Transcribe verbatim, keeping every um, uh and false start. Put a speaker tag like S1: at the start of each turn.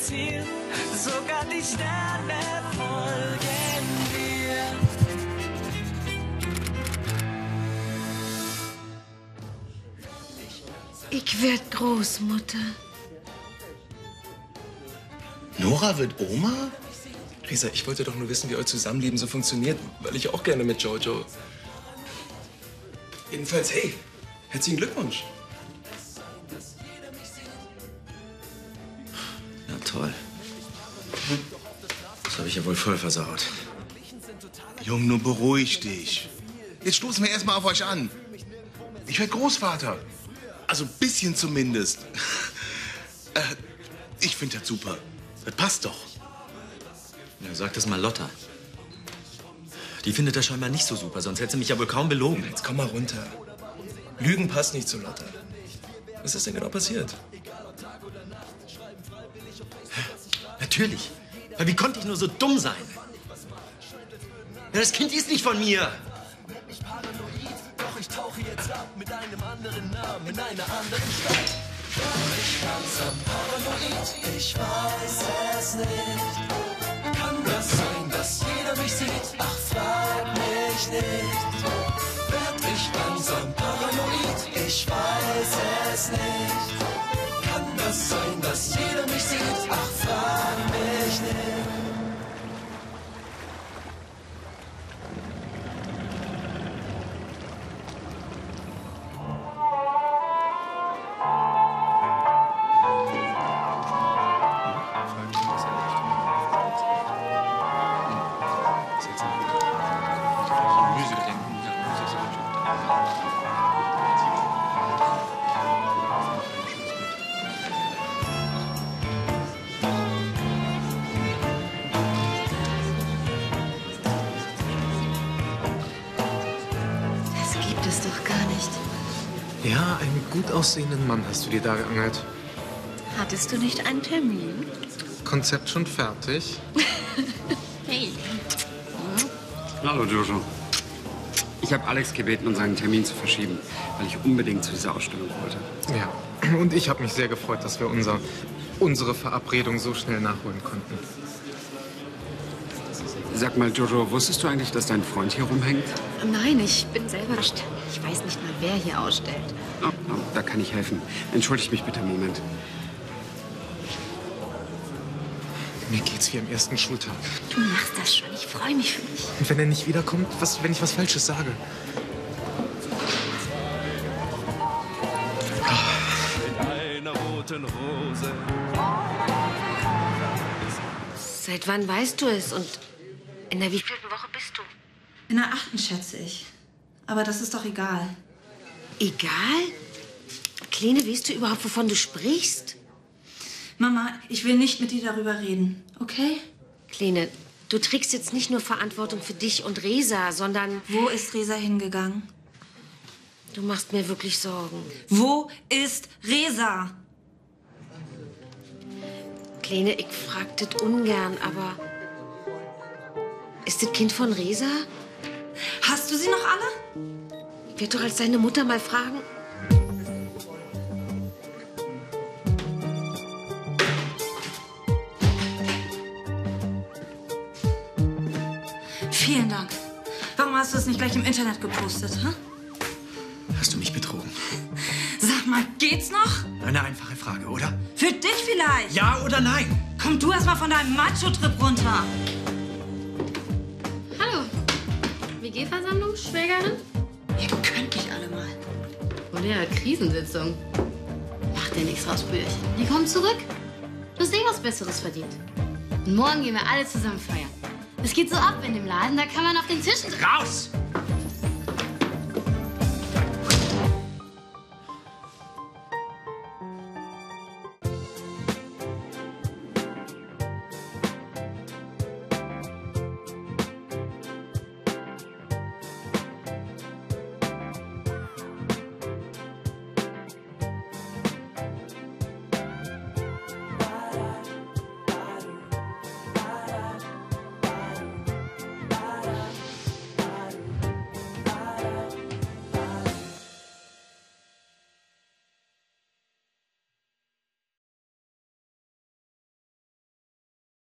S1: Ziel, sogar die Sterne folgen dir.
S2: Ich werd Großmutter.
S3: Nora wird Oma?
S4: Risa, ich wollte doch nur wissen, wie euer Zusammenleben so funktioniert, weil ich auch gerne mit Jojo. Jedenfalls, hey, herzlichen Glückwunsch.
S5: Ja, toll. Das habe ich ja wohl voll versaut.
S3: Junge, nur beruhig dich. Jetzt stoßen wir erstmal auf euch an. Ich werde Großvater. Also ein bisschen zumindest. äh, ich finde das super. Das passt doch.
S5: Ja, sag das mal Lotta. Die findet das scheinbar nicht so super, sonst hätte sie mich ja wohl kaum belogen.
S4: Jetzt komm mal runter. Lügen passt nicht zu Lotta. Was ist denn genau passiert?
S5: Natürlich. Weil wie konnte ich nur so dumm sein? Ja, das Kind ist nicht von mir.
S1: Doch ich tauche jetzt ab mit einem anderen Namen in einer anderen Stadt. Ich langsam paranoid, ich weiß es nicht. Kann das sein, dass jeder mich sieht? Ach, frag mich nicht. Werd ich langsam paranoid, ich weiß es nicht. Kann das sein, dass jeder mich sieht? Ach, frag mich nicht.
S2: Das doch gar nicht.
S6: Ja, einen gut aussehenden Mann hast du dir da geangelt.
S2: Hattest du nicht einen Termin?
S6: Konzept schon fertig?
S2: Hey.
S7: Hallo, Jojo. Ich habe Alex gebeten, unseren Termin zu verschieben, weil ich unbedingt zu dieser Ausstellung wollte.
S6: Ja, und ich habe mich sehr gefreut, dass wir unser, unsere Verabredung so schnell nachholen konnten.
S7: Sag mal, Jojo, wusstest du eigentlich, dass dein Freund hier rumhängt?
S2: Nein, ich bin selber überrascht. Ich weiß nicht mal, wer hier ausstellt.
S7: Oh, oh, da kann ich helfen. Entschuldigt mich bitte einen Moment.
S6: Mir geht's wie am ersten Schultag.
S2: Du machst das schon. Ich freue mich für dich.
S6: Und wenn er nicht wiederkommt, was, wenn ich was Falsches sage?
S1: Mit einer roten Rose.
S2: Seit wann weißt du es? Und in der wievielten Woche bist du?
S8: In der achten, schätze ich. Aber das ist doch egal.
S2: Egal? Kleine, weißt du überhaupt, wovon du sprichst?
S8: Mama, ich will nicht mit dir darüber reden, okay?
S2: Kleine, du trägst jetzt nicht nur Verantwortung für dich und Resa, sondern...
S8: Wo ist Resa hingegangen?
S2: Du machst mir wirklich Sorgen.
S8: Wo ist Resa?
S2: Kleine, ich frag das ungern, aber... Ist das Kind von Resa?
S8: Hast du sie noch alle?
S2: Ich werde doch als deine Mutter mal fragen.
S8: Vielen Dank. Warum hast du es nicht gleich im Internet gepostet, hä?
S5: Hast du mich betrogen?
S8: Sag mal, geht's noch?
S5: Eine einfache Frage, oder?
S8: Für dich vielleicht.
S5: Ja oder nein?
S8: Komm du erst mal von deinem Macho-Trip runter.
S9: Hallo. W G-Versammlung, Schwägerin?
S8: Ihr könnt mich alle mal.
S9: Oder ja, Krisensitzung. Macht dir nichts raus, Bürch. Die kommen zurück. Du hast eh was Besseres verdient. Und morgen gehen wir alle zusammen feiern. Es geht so ab in dem Laden, da kann man auf den Tischen...
S5: Raus!